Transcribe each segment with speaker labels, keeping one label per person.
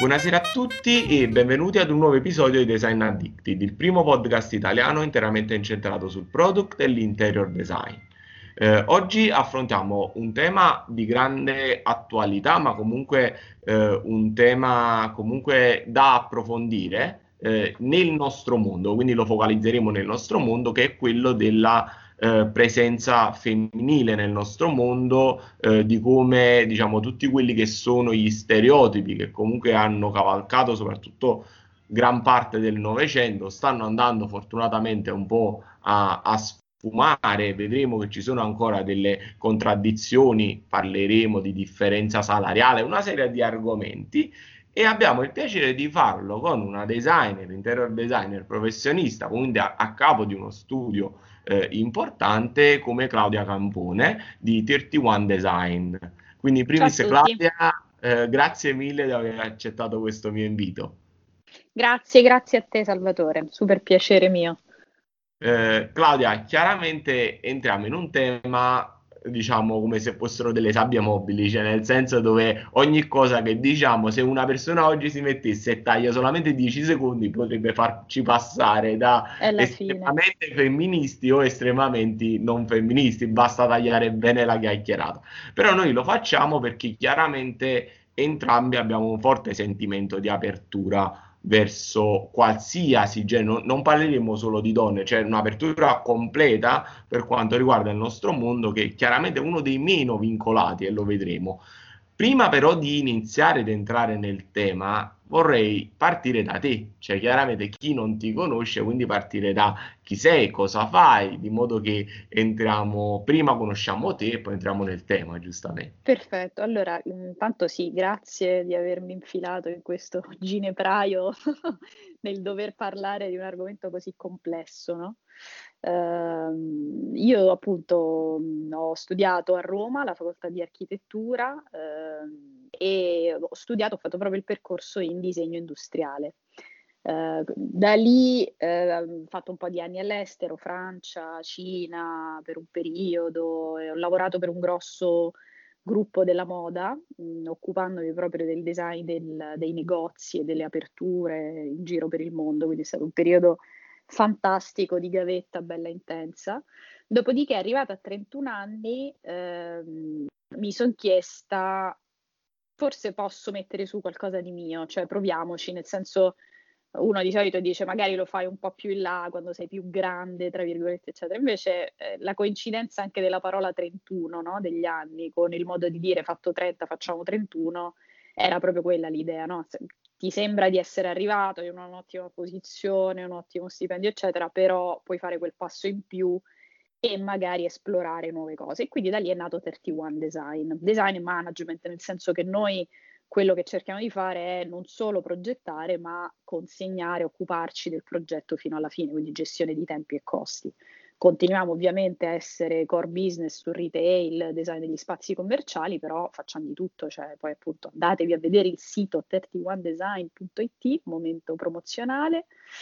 Speaker 1: Buonasera a tutti e benvenuti ad un nuovo episodio di Design Addicted, il primo podcast italiano interamente incentrato sul product e l'interior design. Oggi affrontiamo un tema di grande attualità, ma comunque un tema comunque da approfondire nel nostro mondo, quindi lo focalizzeremo nel nostro mondo, che è quello della presenza femminile nel nostro mondo, di come diciamo tutti quelli che sono gli stereotipi che comunque hanno cavalcato soprattutto gran parte del Novecento stanno andando fortunatamente un po' a sfumare. Vedremo che ci sono ancora delle contraddizioni, parleremo di differenza salariale, una serie di argomenti, e abbiamo il piacere di farlo con una designer, interior designer professionista, quindi a capo di uno studio importante, come Claudia Campone di 31 Design. Quindi, in
Speaker 2: Ciao a
Speaker 1: primis,
Speaker 2: tutti,
Speaker 1: Claudia, grazie mille di aver accettato questo mio invito.
Speaker 2: grazie a te Salvatore, super piacere mio.
Speaker 1: Claudia, chiaramente entriamo in un tema, diciamo, come se fossero delle sabbie mobili, cioè nel senso dove ogni cosa che diciamo, se una persona oggi si mettesse e taglia solamente 10 secondi, potrebbe farci passare da
Speaker 2: È la fine.
Speaker 1: estremamente femministi o estremamente non femministi, basta tagliare bene la chiacchierata. Però noi lo facciamo perché chiaramente entrambi abbiamo un forte sentimento di apertura verso qualsiasi genere, non parleremo solo di donne, cioè un'apertura completa per quanto riguarda il nostro mondo, che è chiaramente uno dei meno vincolati, e lo vedremo. Prima però di iniziare ad entrare nel tema, vorrei partire da te, cioè chiaramente chi non ti conosce, quindi partire da chi sei, cosa fai, di modo che entriamo, prima conosciamo te e poi entriamo nel tema, giustamente.
Speaker 2: Perfetto, allora intanto sì, grazie di avermi infilato in questo ginepraio nel dover parlare di un argomento così complesso, no? Io appunto ho studiato a Roma la facoltà di architettura e ho fatto proprio il percorso in disegno industriale. Da lì ho fatto un po' di anni all'estero, Francia, Cina per un periodo, e ho lavorato per un grosso gruppo della moda, occupandomi proprio del design dei negozi e delle aperture in giro per il mondo, quindi è stato un periodo fantastico di gavetta, bella intensa. Dopodiché, arrivata a 31 anni, mi son chiesta: "Forse posso mettere su qualcosa di mio, cioè proviamoci", nel senso, uno di solito dice: "Magari lo fai un po' più in là, quando sei più grande", tra virgolette, eccetera. Invece, la coincidenza anche della parola 31, no, degli anni, con il modo di dire: "Fatto 30, facciamo 31", era proprio quella l'idea, no, se ti sembra di essere arrivato in un'ottima posizione, un ottimo stipendio, eccetera, però puoi fare quel passo in più e magari esplorare nuove cose. E quindi da lì è nato 31 Design. Design e management, nel senso che noi quello che cerchiamo di fare è non solo progettare, ma consegnare, occuparci del progetto fino alla fine, quindi gestione di tempi e costi. Continuiamo ovviamente a essere core business sul retail, design degli spazi commerciali, però facciamo di tutto, cioè poi appunto andatevi a vedere il sito 31design.it, momento promozionale,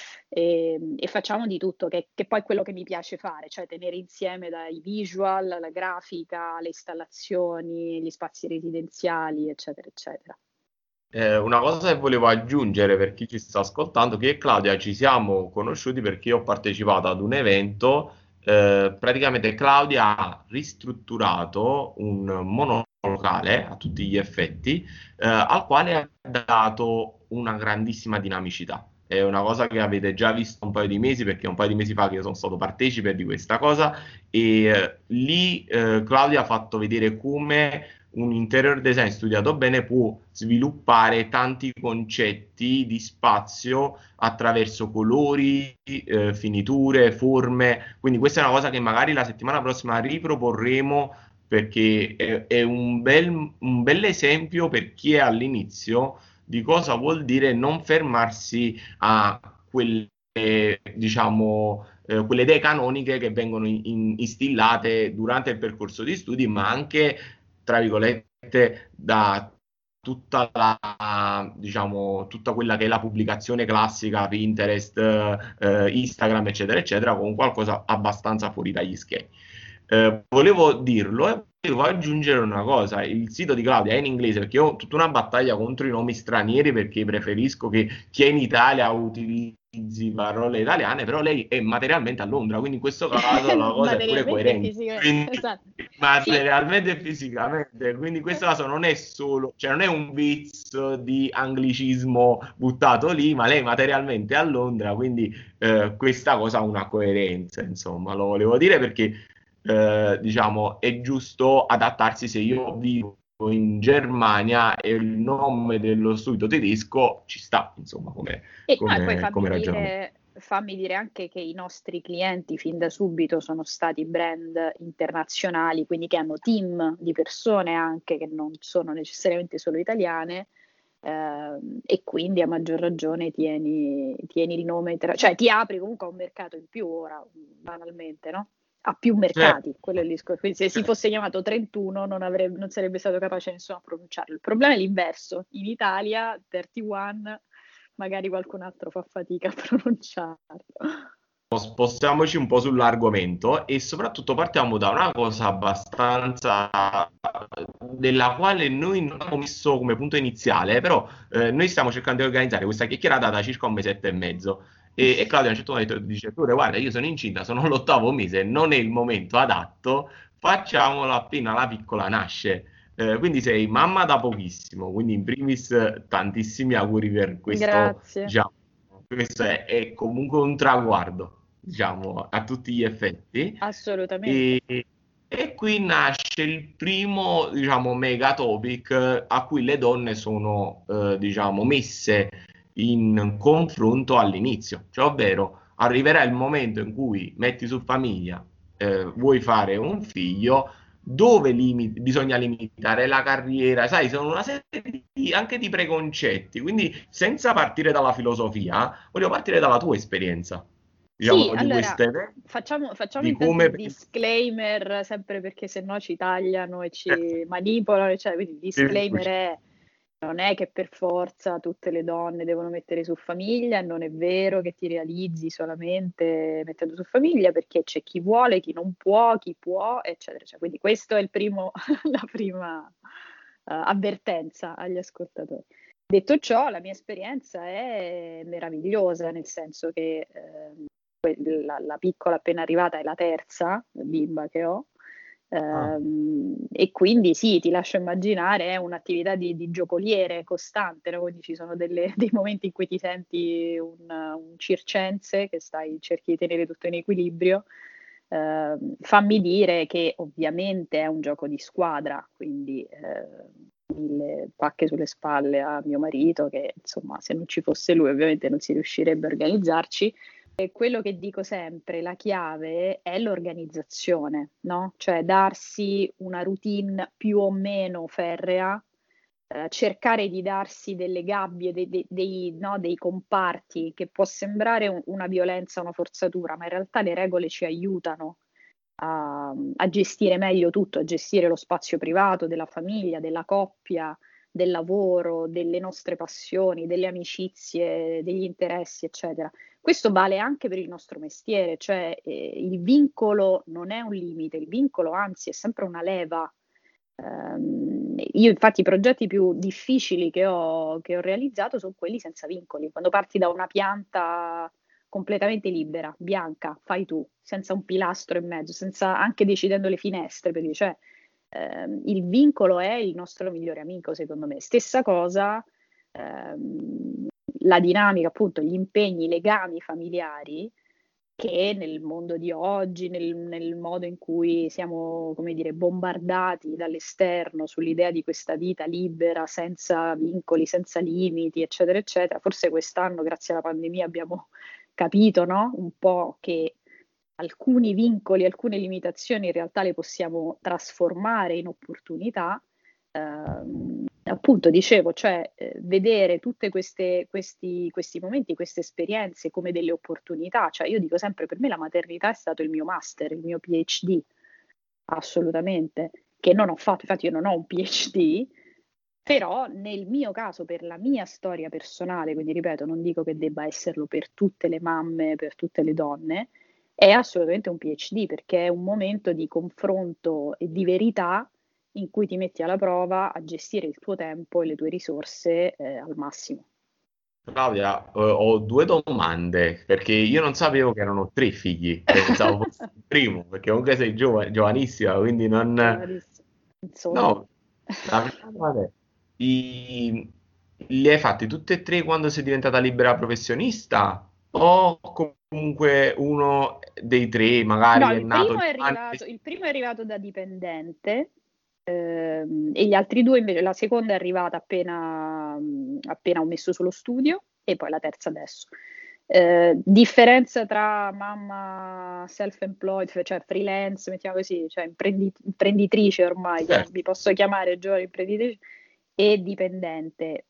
Speaker 2: e facciamo di tutto, che poi è quello che mi piace fare, cioè tenere insieme dai visual, la grafica, le installazioni, gli spazi residenziali, eccetera, eccetera.
Speaker 1: Una cosa che volevo aggiungere per chi ci sta ascoltando, che Claudia ci siamo conosciuti perché io ho partecipato ad un evento, praticamente Claudia ha ristrutturato un monolocale a tutti gli effetti, al quale ha dato una grandissima dinamicità. È una cosa che avete già visto un paio di mesi, perché è un paio di mesi fa che io sono stato partecipe di questa cosa, e lì Claudia ha fatto vedere come un interior design studiato bene può sviluppare tanti concetti di spazio attraverso colori, finiture, forme. Quindi questa è una cosa che magari la settimana prossima riproporremo, perché è un bel esempio per chi è all'inizio di cosa vuol dire non fermarsi a quelle, diciamo, quelle idee canoniche che vengono instillate durante il percorso di studi, ma anche tra virgolette, da tutta la, diciamo, tutta quella che è la pubblicazione classica, Pinterest, Instagram, eccetera, eccetera, con qualcosa abbastanza fuori dagli schemi. Volevo dirlo e devo aggiungere una cosa, il sito di Claudia è in inglese perché io ho tutta una battaglia contro i nomi stranieri perché preferisco che chi è in Italia utilizzi parole italiane, però lei è materialmente a Londra, quindi in questo caso la cosa è pure
Speaker 2: Materialmente e
Speaker 1: coerente.
Speaker 2: fisicamente,
Speaker 1: Quindi,
Speaker 2: esatto. Sì,
Speaker 1: materialmente e fisicamente, quindi in questo caso non è solo, cioè non è un vizio di anglicismo buttato lì, ma lei materialmente è a Londra, quindi questa cosa ha una coerenza, insomma, lo volevo dire perché diciamo, è giusto adattarsi se io vivo in Germania e il nome dello studio tedesco ci sta, insomma,
Speaker 2: e no, e poi
Speaker 1: come ragionamento.
Speaker 2: fammi dire anche che i nostri clienti fin da subito sono stati brand internazionali, quindi che hanno team di persone anche che non sono necessariamente solo italiane, e quindi a maggior ragione tieni il nome, cioè ti apri comunque a un mercato in più ora, banalmente, no? A più
Speaker 1: Certo,
Speaker 2: mercati, quello è il discorso. Quindi se si
Speaker 1: certo.
Speaker 2: fosse chiamato 31 non sarebbe stato capace nessuno a pronunciarlo. Il problema è l'inverso. In Italia 31 magari qualcun altro fa fatica a pronunciarlo.
Speaker 1: Spostiamoci un po' sull'argomento e soprattutto partiamo da una cosa abbastanza della quale noi non abbiamo messo come punto iniziale, però noi stiamo cercando di organizzare questa chiacchierata da circa un mesetto e mezzo. E Claudia a un certo momento dice pure, guarda, io sono incinta, sono all'ottavo mese, non è il momento adatto, facciamolo appena la piccola nasce. Quindi sei mamma da pochissimo, quindi in primis tantissimi auguri per questo,
Speaker 2: Grazie,
Speaker 1: diciamo, questo è comunque un traguardo, diciamo, a tutti gli effetti.
Speaker 2: assolutamente.
Speaker 1: E, e qui nasce il primo, diciamo, mega topic a cui le donne sono, diciamo, messe in confronto all'inizio, cioè ovvero arriverà il momento in cui metti su famiglia, vuoi fare un figlio, dove bisogna limitare la carriera, sai, sono una serie anche di preconcetti, quindi senza partire dalla filosofia, voglio partire dalla tua esperienza,
Speaker 2: Sì,
Speaker 1: diciamo, di
Speaker 2: allora
Speaker 1: questo evento,
Speaker 2: facciamo
Speaker 1: di
Speaker 2: intanto il
Speaker 1: come
Speaker 2: disclaimer, sempre perché se no ci tagliano e ci manipolano, eccetera. Quindi il disclaimer non è che per forza tutte le donne devono mettere su famiglia, non è vero che ti realizzi solamente mettendo su famiglia, perché c'è chi vuole, chi non può, chi può, eccetera, eccetera. Quindi questo è la prima avvertenza agli ascoltatori. Detto ciò, la mia esperienza è meravigliosa, nel senso che la piccola appena arrivata è la terza bimba che ho,
Speaker 1: Ah,
Speaker 2: e quindi sì, ti lascio immaginare, è un'attività di giocoliere costante, no? Quindi ci sono dei momenti in cui ti senti un circense che cerchi di tenere tutto in equilibrio. Fammi dire che ovviamente è un gioco di squadra, quindi 1000 pacche sulle spalle a mio marito, che insomma se non ci fosse lui ovviamente non si riuscirebbe a organizzarci. E quello che dico sempre, la chiave è l'organizzazione, no? Cioè darsi una routine più o meno ferrea, cercare di darsi delle gabbie, no, dei comparti, che può sembrare una violenza, una forzatura, ma in realtà le regole ci aiutano a gestire meglio tutto, a gestire lo spazio privato della famiglia, della coppia, del lavoro, delle nostre passioni, delle amicizie, degli interessi, eccetera. Questo vale anche per il nostro mestiere, cioè il vincolo non è un limite, il vincolo anzi è sempre una leva. Io infatti i progetti più difficili che ho realizzato sono quelli senza vincoli, quando parti da una pianta completamente libera, bianca, fai tu, senza un pilastro in mezzo, senza anche decidendo le finestre, per dire, cioè il vincolo è il nostro migliore amico, secondo me. Stessa cosa, la dinamica, appunto, gli impegni, i legami familiari che nel mondo di oggi, nel modo in cui siamo, come dire, bombardati dall'esterno sull'idea di questa vita libera, senza vincoli, senza limiti, eccetera, eccetera. Forse quest'anno, grazie alla pandemia, abbiamo capito, no? Un po' che alcuni vincoli, alcune limitazioni in realtà le possiamo trasformare in opportunità. Appunto, dicevo, cioè vedere tutti questi momenti, queste esperienze come delle opportunità. Cioè, io dico sempre, per me la maternità è stato il mio master, il mio PhD, assolutamente, che non ho fatto, infatti io non ho un PhD, però nel mio caso, per la mia storia personale, quindi ripeto, non dico che debba esserlo per tutte le mamme, per tutte le donne, è assolutamente un PhD perché è un momento di confronto e di verità in cui ti metti alla prova a gestire il tuo tempo e le tue risorse al massimo.
Speaker 1: Claudia, ho due domande, perché io non sapevo che erano tre figli, pensavo fosse il primo, perché comunque sei giovanissima, quindi non...
Speaker 2: Giovanissimo. Insomma.
Speaker 1: No, la prima domanda è, li hai fatti tutti e tre quando sei diventata libera professionista? O comunque uno dei tre
Speaker 2: No,
Speaker 1: magari è nato giovane?
Speaker 2: il primo è arrivato da dipendente, e gli altri due invece, la seconda è arrivata appena ho messo sullo studio e poi la terza adesso. Differenza tra mamma self-employed, cioè freelance, mettiamo così, cioè imprenditrice ormai,
Speaker 1: Certo.
Speaker 2: vi posso chiamare giovane imprenditrice, e dipendente.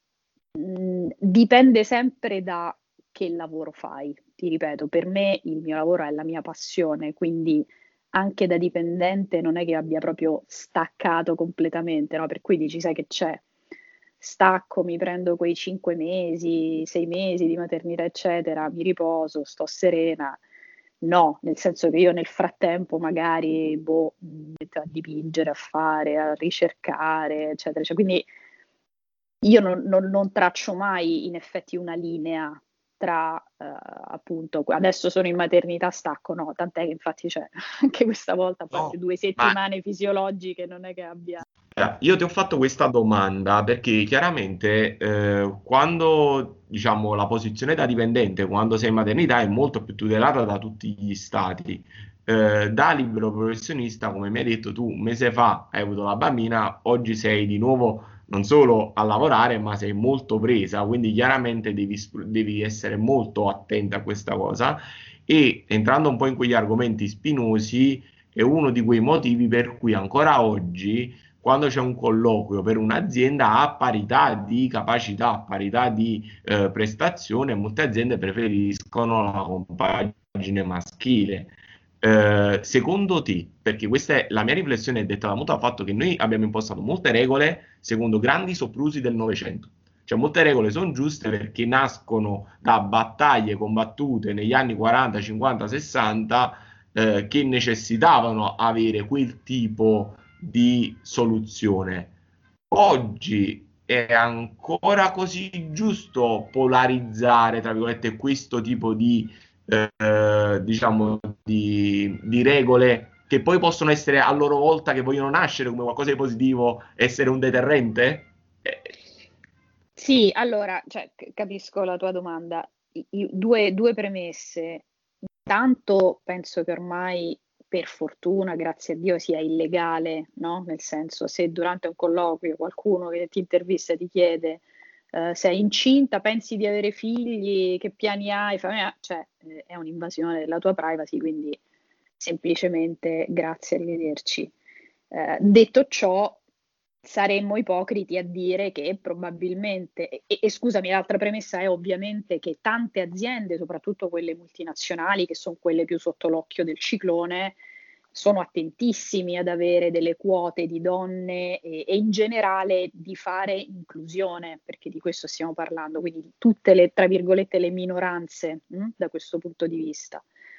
Speaker 2: Dipende sempre da che lavoro fai. Ti ripeto, per me il mio lavoro è la mia passione, quindi anche da dipendente non è che abbia proprio staccato completamente, no? Per cui dici, sai che c'è? Stacco, mi prendo quei 5 mesi, 6 mesi di maternità, eccetera, mi riposo, sto serena. No, nel senso che io nel frattempo magari mi metto a dipingere, a fare, a ricercare, eccetera. Cioè, quindi io non traccio mai in effetti una linea tra appunto adesso sono in maternità, stacco, no, tant'è che infatti c'è anche questa volta, a parte
Speaker 1: No,
Speaker 2: due
Speaker 1: ma
Speaker 2: settimane fisiologiche, non è che abbia.
Speaker 1: io ti ho fatto questa domanda perché chiaramente quando diciamo la posizione da dipendente, quando sei in maternità, è molto più tutelata da tutti gli stati. Da libero professionista, come mi hai detto tu, un mese fa hai avuto la bambina, oggi sei di nuovo non solo a lavorare, ma sei molto presa, quindi chiaramente devi essere molto attenta a questa cosa. E entrando un po' in quegli argomenti spinosi, è uno di quei motivi per cui ancora oggi quando c'è un colloquio per un'azienda a parità di capacità, a parità di prestazione, molte aziende preferiscono la compagine maschile. Secondo te, perché questa è la mia riflessione, è dettata molto dal fatto che noi abbiamo impostato molte regole secondo grandi soprusi del Novecento. Cioè, molte regole sono giuste perché nascono da battaglie combattute negli anni 40, 50, 60 che necessitavano avere quel tipo di soluzione. Oggi è ancora così giusto polarizzare, tra virgolette, questo tipo diciamo, di regole che poi possono essere a loro volta, che vogliono nascere come qualcosa di positivo, essere un deterrente?
Speaker 2: Sì, allora, cioè, capisco la tua domanda. Due premesse. Intanto penso che ormai, per fortuna, grazie a Dio, sia illegale, no? Nel senso, se durante un colloquio qualcuno che ti intervista ti chiede sei incinta, pensi di avere figli, che piani hai, cioè, è un'invasione della tua privacy, quindi semplicemente grazie, arrivederci. Detto ciò, saremmo ipocriti a dire che probabilmente, e scusami, l'altra premessa è ovviamente che tante aziende, soprattutto quelle multinazionali, che sono quelle più sotto l'occhio del ciclone, sono attentissimi ad avere delle quote di donne e in generale di fare inclusione, perché di questo stiamo parlando, quindi tutte le, tra virgolette, le minoranze, da questo punto di vista.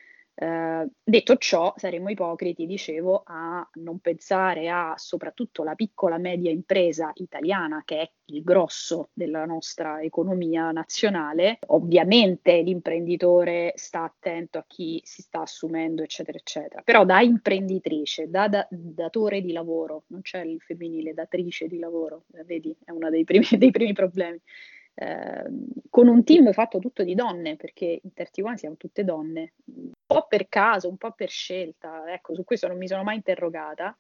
Speaker 2: Detto ciò, saremmo ipocriti, dicevo, a non pensare a soprattutto la piccola media impresa italiana, che è il grosso della nostra economia nazionale. Ovviamente l'imprenditore sta attento a chi si sta assumendo, eccetera, eccetera. Però da imprenditrice, da datore di lavoro, non c'è il femminile, datrice di lavoro, vedi, è uno dei primi problemi. Con un team fatto tutto di donne, perché in 31 siamo tutte donne, un po' per caso, un po' per scelta, ecco, su questo non mi sono mai interrogata.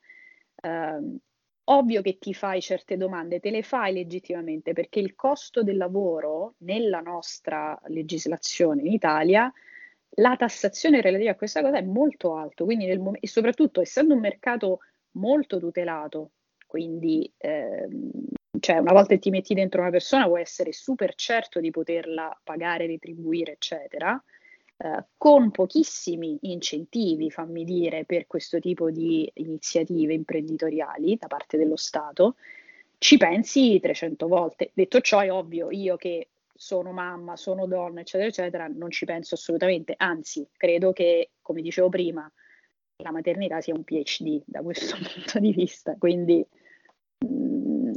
Speaker 2: Ovvio che ti fai certe domande, te le fai legittimamente, perché il costo del lavoro nella nostra legislazione in Italia, la tassazione relativa a questa cosa è molto alto, quindi e soprattutto essendo un mercato molto tutelato, quindi cioè una volta che ti metti dentro una persona vuoi essere super certo di poterla pagare, retribuire, eccetera, con pochissimi incentivi, fammi dire, per questo tipo di iniziative imprenditoriali da parte dello Stato, ci pensi 300 volte. Detto ciò, è ovvio, io che sono mamma, sono donna, eccetera, eccetera, non ci penso assolutamente, anzi, credo che, come dicevo prima, la maternità sia un PhD da questo punto di vista, quindi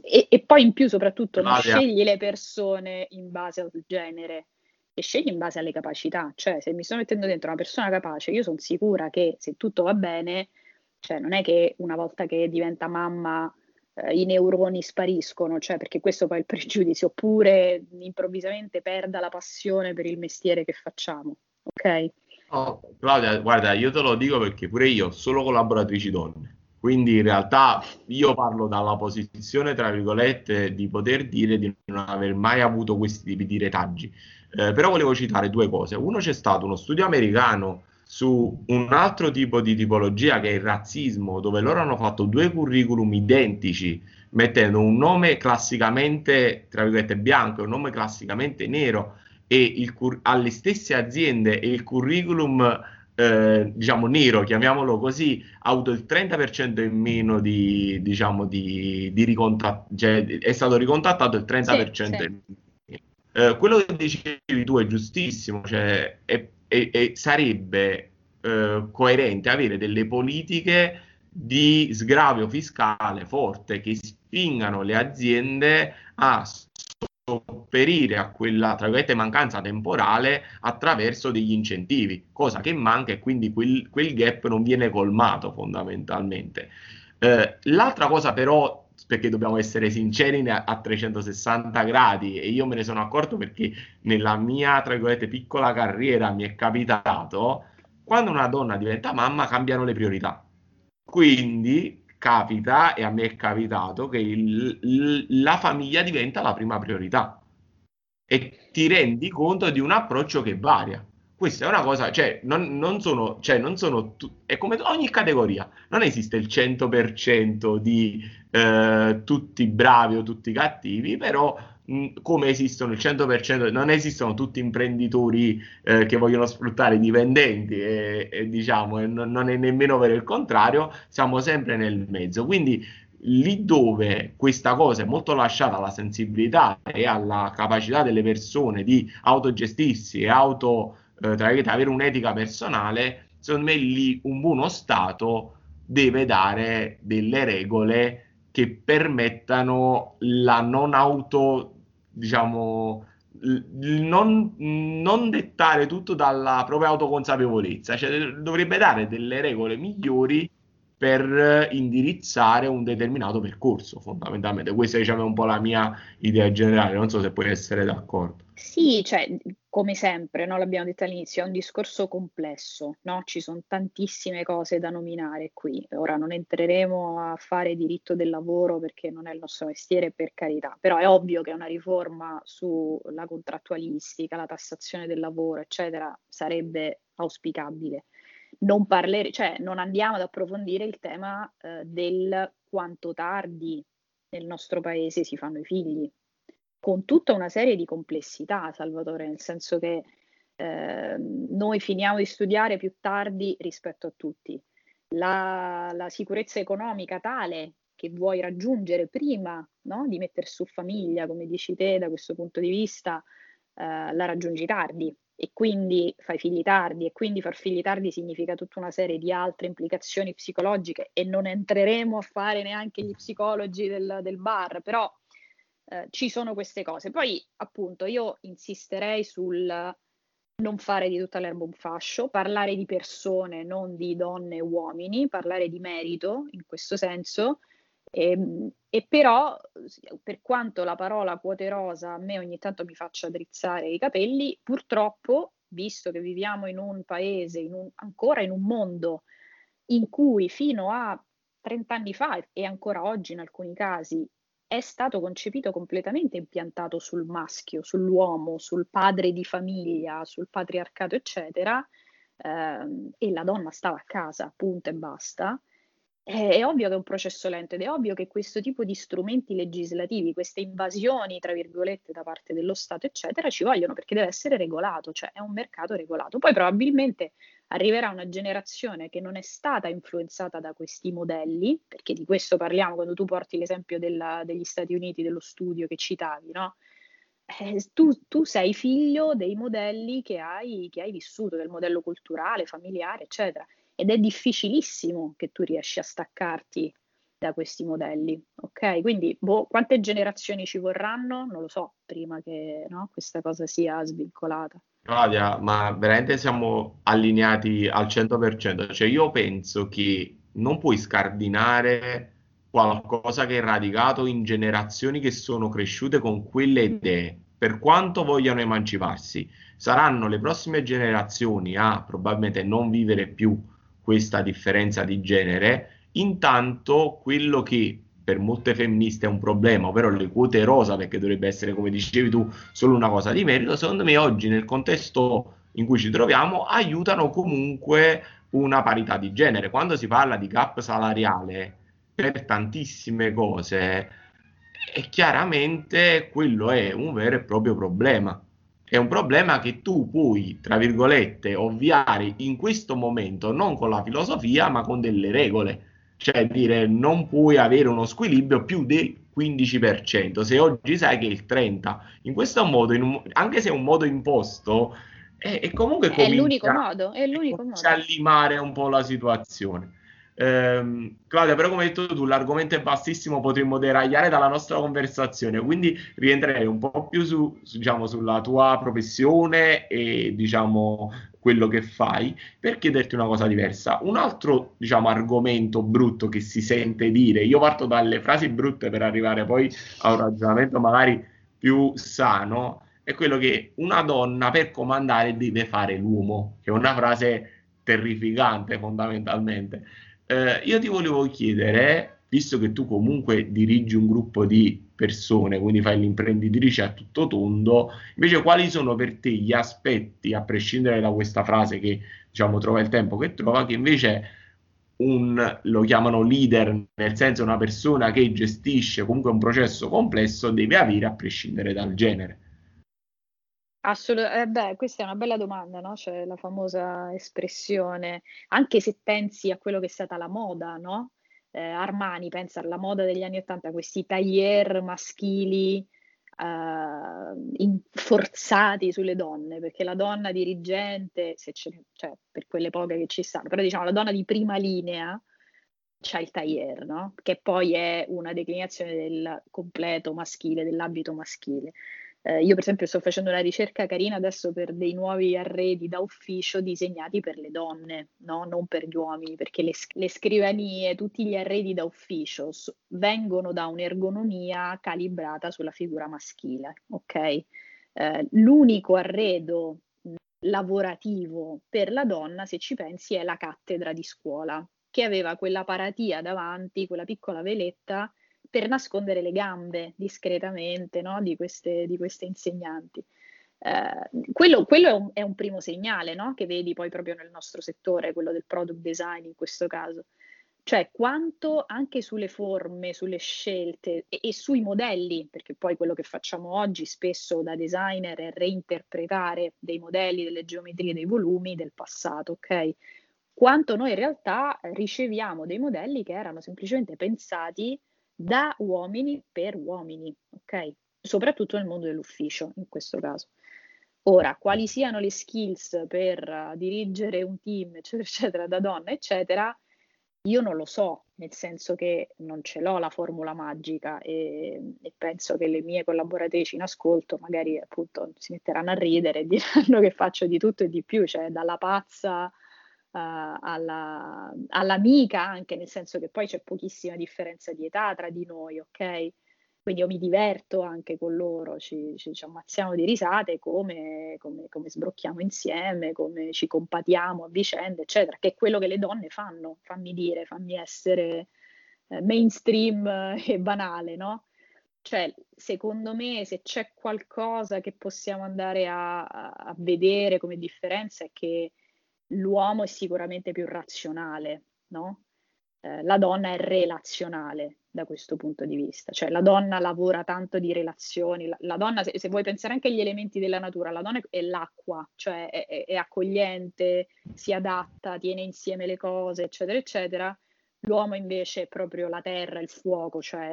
Speaker 2: E poi in più soprattutto non
Speaker 1: Claudia,
Speaker 2: scegli le persone in base al genere, le scegli in base alle capacità. Cioè, se mi sto mettendo dentro una persona capace, io sono sicura che se tutto va bene, cioè non è che una volta che diventa mamma i neuroni spariscono, cioè perché questo poi è il pregiudizio, oppure improvvisamente perda la passione per il mestiere che facciamo, ok?
Speaker 1: oh, Claudia, guarda, io te lo dico perché pure io ho solo collaboratrici donne, quindi in realtà io parlo dalla posizione, tra virgolette, di poter dire di non aver mai avuto questi tipi di retaggi. Però volevo citare due cose. Uno, c'è stato uno studio americano su un altro tipo di tipologia che è il razzismo, dove loro hanno fatto due curriculum identici, mettendo un nome classicamente, tra virgolette, bianco e un nome classicamente nero e alle stesse aziende e il curriculum diciamo nero, chiamiamolo così, ha avuto il 30% in meno di, diciamo, di cioè è stato ricontattato il
Speaker 2: Sì,
Speaker 1: 30%
Speaker 2: sì.
Speaker 1: in meno. Quello che dicevi tu è giustissimo, cioè sarebbe coerente avere delle politiche di sgravio fiscale forte che spingano le aziende a sopperire a quella, tra virgolette, mancanza temporale attraverso degli incentivi, cosa che manca e quindi quel gap non viene colmato fondamentalmente. L'altra cosa però, perché dobbiamo essere sinceri a 360 gradi, e io me ne sono accorto perché nella mia, tra virgolette, piccola carriera mi è capitato, quando una donna diventa mamma cambiano le priorità. Quindi capita, e a me è capitato, che la famiglia diventa la prima priorità e ti rendi conto di un approccio che varia. Questa è una cosa, cioè, non sono è come ogni categoria, non esiste il 100% di tutti bravi o tutti cattivi, però come esistono il 100%, non esistono tutti imprenditori che vogliono sfruttare i dipendenti e diciamo, e non è nemmeno vero il contrario, siamo sempre nel mezzo. Quindi lì dove questa cosa è molto lasciata alla sensibilità e alla capacità delle persone di autogestirsi e tra virgolette, avere un'etica personale, secondo me lì un buono Stato deve dare delle regole che permettano la non auto, diciamo, non dettare tutto dalla propria autoconsapevolezza, cioè dovrebbe dare delle regole migliori per indirizzare un determinato percorso, fondamentalmente. Questa, diciamo, è un po' la mia idea generale, non so se puoi essere d'accordo.
Speaker 2: Sì, cioè, come sempre, no, l'abbiamo detto all'inizio, è un discorso complesso, no? Ci sono tantissime cose da nominare qui. Ora non entreremo a fare diritto del lavoro perché non è il nostro mestiere, per carità, però è ovvio che una riforma sulla contrattualistica, la tassazione del lavoro, eccetera, sarebbe auspicabile. Cioè, non andiamo ad approfondire il tema del quanto tardi nel nostro paese si fanno i figli con tutta una serie di complessità, Salvatore, nel senso che noi finiamo di studiare più tardi rispetto a tutti. La sicurezza economica tale che vuoi raggiungere prima, no, di mettere su famiglia, come dici te, da questo punto di vista, la raggiungi tardi e quindi fai figli tardi e quindi far figli tardi significa tutta una serie di altre implicazioni psicologiche e non entreremo a fare neanche gli psicologi del bar, però ci sono queste cose. Poi, appunto, io insisterei sul non fare di tutta l'erba un fascio, parlare di persone, non di donne e uomini, parlare di merito in questo senso. E però, per quanto la parola quote rosa a me ogni tanto mi faccia drizzare i capelli, purtroppo, visto che viviamo in un paese, ancora in un mondo in cui fino a 30 anni fa e ancora oggi in alcuni casi è stato concepito completamente impiantato sul maschio, sull'uomo, sul padre di famiglia, sul patriarcato, eccetera, e la donna stava a casa, punto e basta. È ovvio che è un processo lento ed è ovvio che questo tipo di strumenti legislativi, queste invasioni, tra virgolette, da parte dello Stato, eccetera, ci vogliono perché deve essere regolato, cioè è un mercato regolato. Poi probabilmente arriverà una generazione che non è stata influenzata da questi modelli, perché di questo parliamo quando tu porti l'esempio degli Stati Uniti, dello studio che citavi, no? Tu sei figlio dei modelli che hai vissuto, del modello culturale, familiare, eccetera ed è difficilissimo che tu riesci a staccarti da questi modelli, ok? Quindi, quante generazioni ci vorranno? Non lo so, prima che, no, questa cosa sia svincolata.
Speaker 1: Claudia, ma veramente siamo allineati al 100%? Cioè io penso che non puoi scardinare qualcosa che è radicato in generazioni che sono cresciute con quelle idee, per quanto vogliano emanciparsi. Saranno le prossime generazioni a probabilmente non vivere più questa differenza di genere. Intanto quello che per molte femministe è un problema, ovvero le quote rosa, perché dovrebbe essere, come dicevi tu, solo una cosa di merito, secondo me oggi nel contesto in cui ci troviamo aiutano comunque una parità di genere. Quando si parla di gap salariale per tantissime cose, e chiaramente quello è un vero e proprio problema. È un problema che tu puoi, tra virgolette, ovviare in questo momento non con la filosofia, ma con delle regole. Cioè dire non puoi avere uno squilibrio più del 15%, se oggi sai che è il 30%. In questo modo, anche se è un modo imposto, e comunque
Speaker 2: È l'unico
Speaker 1: comincia,
Speaker 2: modo, è
Speaker 1: e
Speaker 2: l'unico
Speaker 1: comincia a
Speaker 2: modo.
Speaker 1: limare un po' la situazione. Claudia, però come hai detto tu, l'argomento è vastissimo, potremmo deragliare dalla nostra conversazione, quindi rientrerei un po' più diciamo, sulla tua professione e diciamo quello che fai per chiederti una cosa diversa. Un altro, diciamo, argomento brutto che si sente dire, io parto dalle frasi brutte per arrivare poi a un ragionamento magari più sano, è quello che una donna per comandare deve fare l'uomo, che è una frase terrificante fondamentalmente. Io ti volevo chiedere, visto che tu comunque dirigi un gruppo di persone, quindi fai l'imprenditrice a tutto tondo, invece quali sono per te gli aspetti, a prescindere da questa frase che diciamo trova il tempo che trova, che invece lo chiamano leader, nel senso una persona che gestisce comunque un processo complesso, deve avere a prescindere dal genere.
Speaker 2: Beh, questa è una bella domanda, no? C'è la famosa espressione, anche se pensi a quello che è stata la moda, no? Armani, pensa alla moda degli anni '80, questi tailleur maschili forzati sulle donne, perché la donna dirigente, se cioè, per quelle poche che ci stanno, però diciamo la donna di prima linea c'ha il tailleur, no? Che poi è una declinazione del completo maschile, dell'abito maschile. Io per esempio sto facendo una ricerca carina adesso per dei nuovi arredi da ufficio disegnati per le donne, no? Non per gli uomini, perché le scrivanie, tutti gli arredi da ufficio vengono da un'ergonomia calibrata sulla figura maschile, ok? L'unico arredo lavorativo per la donna, se ci pensi, è la cattedra di scuola, che aveva quella paratia davanti, quella piccola veletta per nascondere le gambe discretamente, no? di queste insegnanti. Quello è un primo segnale, no? Che vedi poi proprio nel nostro settore, quello del product design in questo caso. Cioè quanto anche sulle forme, sulle scelte e sui modelli, perché poi quello che facciamo oggi spesso da designer è reinterpretare dei modelli, delle geometrie, dei volumi del passato, ok? Quanto noi in realtà riceviamo dei modelli che erano semplicemente pensati da uomini per uomini, ok? Soprattutto nel mondo dell'ufficio, in questo caso. Ora, quali siano le skills per dirigere un team, eccetera, eccetera, da donna, eccetera, io non lo so, nel senso che non ce l'ho la formula magica e penso che le mie collaboratrici in ascolto magari appunto si metteranno a ridere e diranno che faccio di tutto e di più, cioè dalla pazza all'amica anche, nel senso che poi c'è pochissima differenza di età tra di noi, ok? Quindi io mi diverto anche con loro, ci ammazziamo di risate come sbrocchiamo insieme, come ci compatiamo a vicenda, eccetera, che è quello che le donne fanno, fammi dire, fammi essere mainstream e banale, no? Cioè, secondo me, se c'è qualcosa che possiamo andare a vedere come differenza è che l'uomo è sicuramente più razionale, no? La donna è relazionale da questo punto di vista, cioè la donna lavora tanto di relazioni, la donna, se vuoi pensare anche agli elementi della natura, la donna è l'acqua, cioè è accogliente, si adatta, tiene insieme le cose, eccetera, eccetera. L'uomo invece è proprio la terra, il fuoco, cioè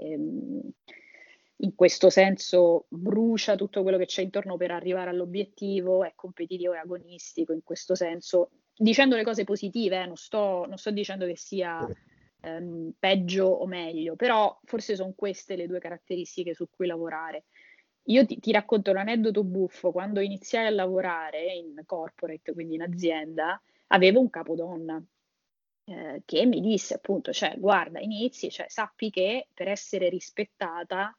Speaker 2: in questo senso brucia tutto quello che c'è intorno per arrivare all'obiettivo, è competitivo e agonistico in questo senso, dicendo le cose positive, non sto dicendo che sia peggio o meglio, però forse sono queste le due caratteristiche su cui lavorare. Io ti racconto un aneddoto buffo: quando iniziai a lavorare in corporate, quindi in azienda, avevo un capodonna che mi disse appunto, cioè guarda, inizi, cioè sappi che per essere rispettata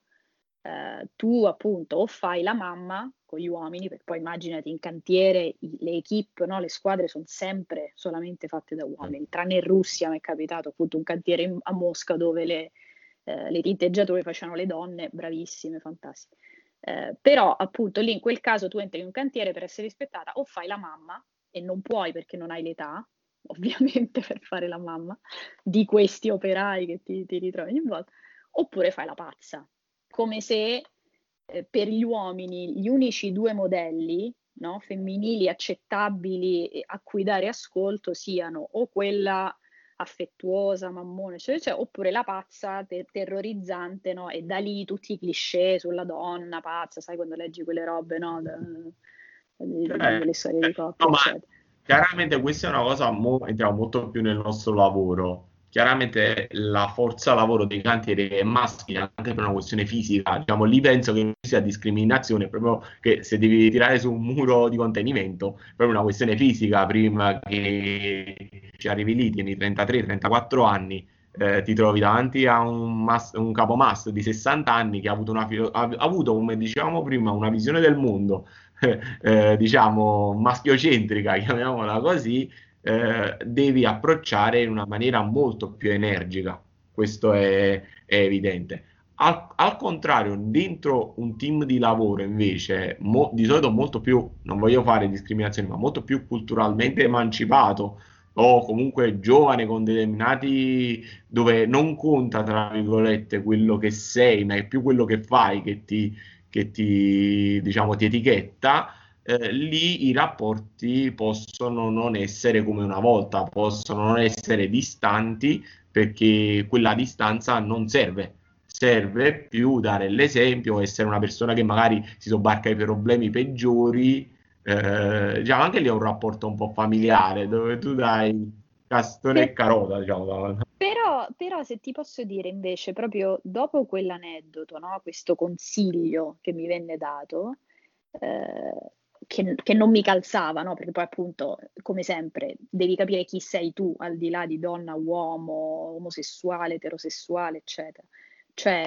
Speaker 2: tu appunto o fai la mamma con gli uomini, perché poi immaginati in cantiere le equip, no, le squadre sono sempre solamente fatte da uomini, tranne in Russia mi è capitato appunto un cantiere a Mosca dove le tinteggiature facevano le donne, bravissime, fantastiche. Però appunto lì in quel caso tu entri in un cantiere per essere rispettata o fai la mamma e non puoi perché non hai l'età, ovviamente per fare la mamma di questi operai che ti ritrovi ogni volta, oppure fai la pazza, come se per gli uomini gli unici due modelli, no, femminili accettabili a cui dare ascolto siano o quella affettuosa, mammone, eccetera, oppure la pazza terrorizzante, no? E da lì tutti i cliché sulla donna pazza, sai quando leggi quelle robe, no? Delle storie di coppia,
Speaker 1: No, ma
Speaker 2: eccetera.
Speaker 1: chiaramente questa è una cosa, entriamo molto più nel nostro lavoro. Chiaramente la forza lavoro dei cantieri è maschile anche per una questione fisica. Diciamo, lì penso che non sia discriminazione, proprio che se devi tirare su un muro di contenimento, è proprio una questione fisica. Prima che ci arrivi lì, tieni 33-34 anni, ti trovi davanti a un capomastro di 60 anni che ha avuto, ha avuto, come dicevamo prima, una visione del mondo diciamo maschiocentrica, chiamiamola così, devi approcciare in una maniera molto più energica. Questo è evidente. Al contrario, dentro un team di lavoro invece, di solito molto più, non voglio fare discriminazioni, ma molto più culturalmente emancipato o comunque giovane con determinati, dove non conta, tra virgolette, quello che sei, ma è più quello che fai diciamo, ti etichetta, lì i rapporti possono non essere come una volta, possono non essere distanti perché quella distanza non serve. Serve più dare l'esempio, essere una persona che magari si sobbarca i problemi peggiori. Diciamo, anche lì è un rapporto un po' familiare dove tu dai castone e
Speaker 2: Per-
Speaker 1: carota, diciamo.
Speaker 2: però se ti posso dire invece, proprio dopo quell'aneddoto, no, questo consiglio che mi venne dato, che non mi calzava, no, perché poi appunto, come sempre, devi capire chi sei tu, al di là di donna, uomo, omosessuale, eterosessuale, eccetera. Cioè,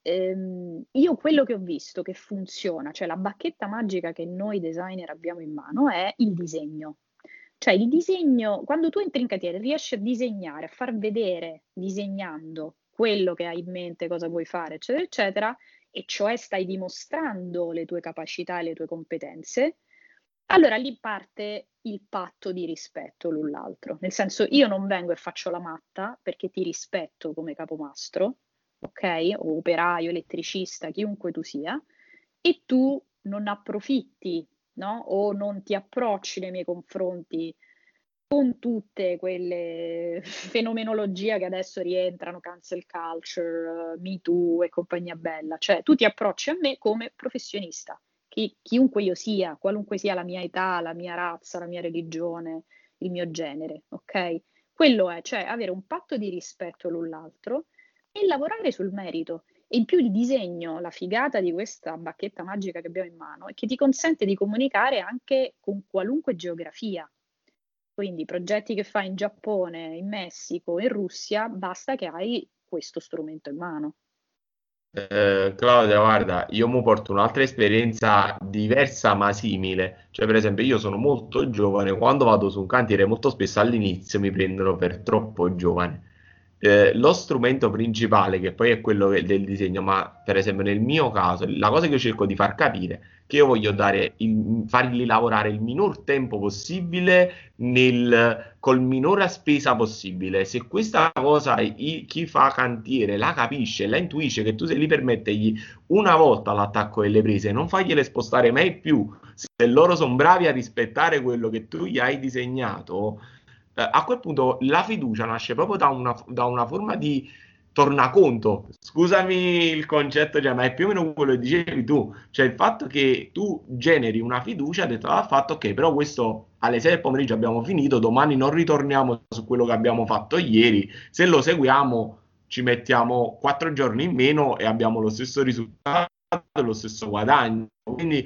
Speaker 2: io quello che ho visto che funziona, cioè la bacchetta magica che noi designer abbiamo in mano è il disegno. Cioè il disegno, quando tu entri in cantiere, riesci a disegnare, a far vedere disegnando quello che hai in mente, cosa vuoi fare, eccetera, eccetera, e cioè stai dimostrando le tue capacità e le tue competenze, allora lì parte il patto di rispetto l'un l'altro. Nel senso, io non vengo e faccio la matta perché ti rispetto come capomastro, ok? O operaio, elettricista, chiunque tu sia, e tu non approfitti, no? O non ti approcci nei miei confronti con tutte quelle fenomenologie che adesso rientrano, cancel culture, Me Too e compagnia bella. Cioè, tu ti approcci a me come professionista, chiunque io sia, qualunque sia la mia età, la mia razza, la mia religione, il mio genere, ok? Quello è, cioè, avere un patto di rispetto l'un l'altro e lavorare sul merito. E in più il disegno, la figata di questa bacchetta magica che abbiamo in mano, è che ti consente di comunicare anche con qualunque geografia. Quindi progetti che fai in Giappone, in Messico, in Russia, basta che hai questo strumento in mano.
Speaker 1: Claudia, guarda, io mi porto un'altra esperienza diversa ma simile. Cioè, per esempio, io sono molto giovane, quando vado su un cantiere molto spesso all'inizio mi prendono per troppo giovane. Lo strumento principale, che poi è quello del disegno, ma per esempio nel mio caso, la cosa che io cerco di far capire è che io voglio fargli lavorare il minor tempo possibile col minore spesa possibile. Se questa cosa chi fa cantiere la capisce, la intuisce che tu sei lì per mettergli una volta l'attacco delle prese, non fargliele spostare mai più, se loro sono bravi a rispettare quello che tu gli hai disegnato, a quel punto la fiducia nasce proprio da una forma di tornaconto. Scusami il concetto, cioè, ma è più o meno quello che dicevi tu, cioè il fatto che tu generi una fiducia detto dal fatto che però questo alle 6 del pomeriggio abbiamo finito, domani non ritorniamo su quello che abbiamo fatto ieri, se lo seguiamo ci mettiamo 4 giorni in meno e abbiamo lo stesso risultato, lo stesso guadagno. Quindi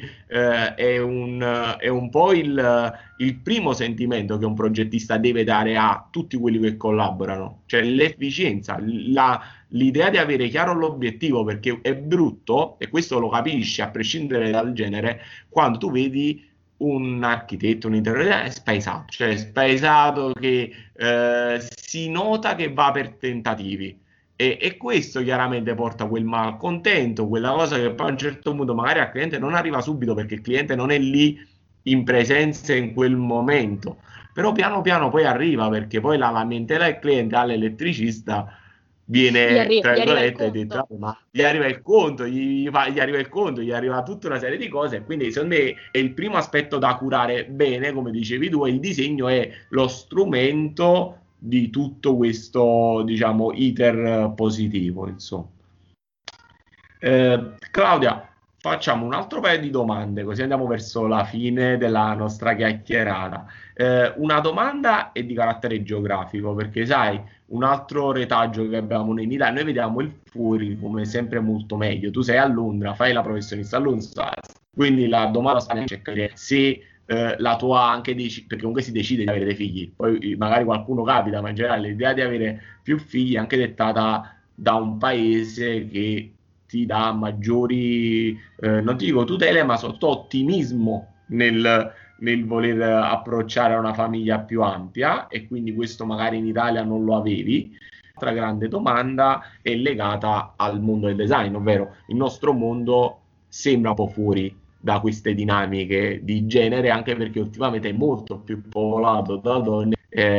Speaker 1: è un po' il primo sentimento che un progettista deve dare a tutti quelli che collaborano, cioè l'efficienza, l'idea di avere chiaro l'obiettivo, perché è brutto, e questo lo capisci a prescindere dal genere, quando tu vedi un architetto, un interiore spaesato, cioè spaesato che si nota che va per tentativi. E questo chiaramente porta quel malcontento, quella cosa che poi a un certo punto magari al cliente non arriva subito perché il cliente non è lì in presenza in quel momento, però piano piano poi arriva perché poi la lamentela del cliente all'elettricista viene, tra
Speaker 2: Gli arriva il
Speaker 1: virgolette, detto,
Speaker 2: conto.
Speaker 1: "Ah, ma gli arriva il conto, gli arriva il conto, gli arriva tutta una serie di cose, e quindi secondo me è il primo aspetto da curare bene, come dicevi tu, e il disegno è lo strumento di tutto questo, diciamo, iter positivo, insomma. Claudia, facciamo un altro paio di domande, così andiamo verso la fine della nostra chiacchierata. Una domanda è di carattere geografico, perché sai, un altro retaggio che abbiamo noi in Italia, noi vediamo il fuori come sempre molto meglio. Tu sei a Londra, fai la professionista a Londra, quindi la domanda sta nel cercare se la tua anche perché comunque si decide di avere dei figli, poi magari qualcuno capita, ma in generale l'idea di avere più figli è anche dettata da un paese che ti dà maggiori, non ti dico tutele, ma sotto ottimismo nel voler approcciare a una famiglia più ampia, e quindi questo magari in Italia non lo avevi. L'altra grande domanda è legata al mondo del design, ovvero il nostro mondo sembra un po' fuori da queste dinamiche di genere, anche perché ultimamente è molto più popolato da donne,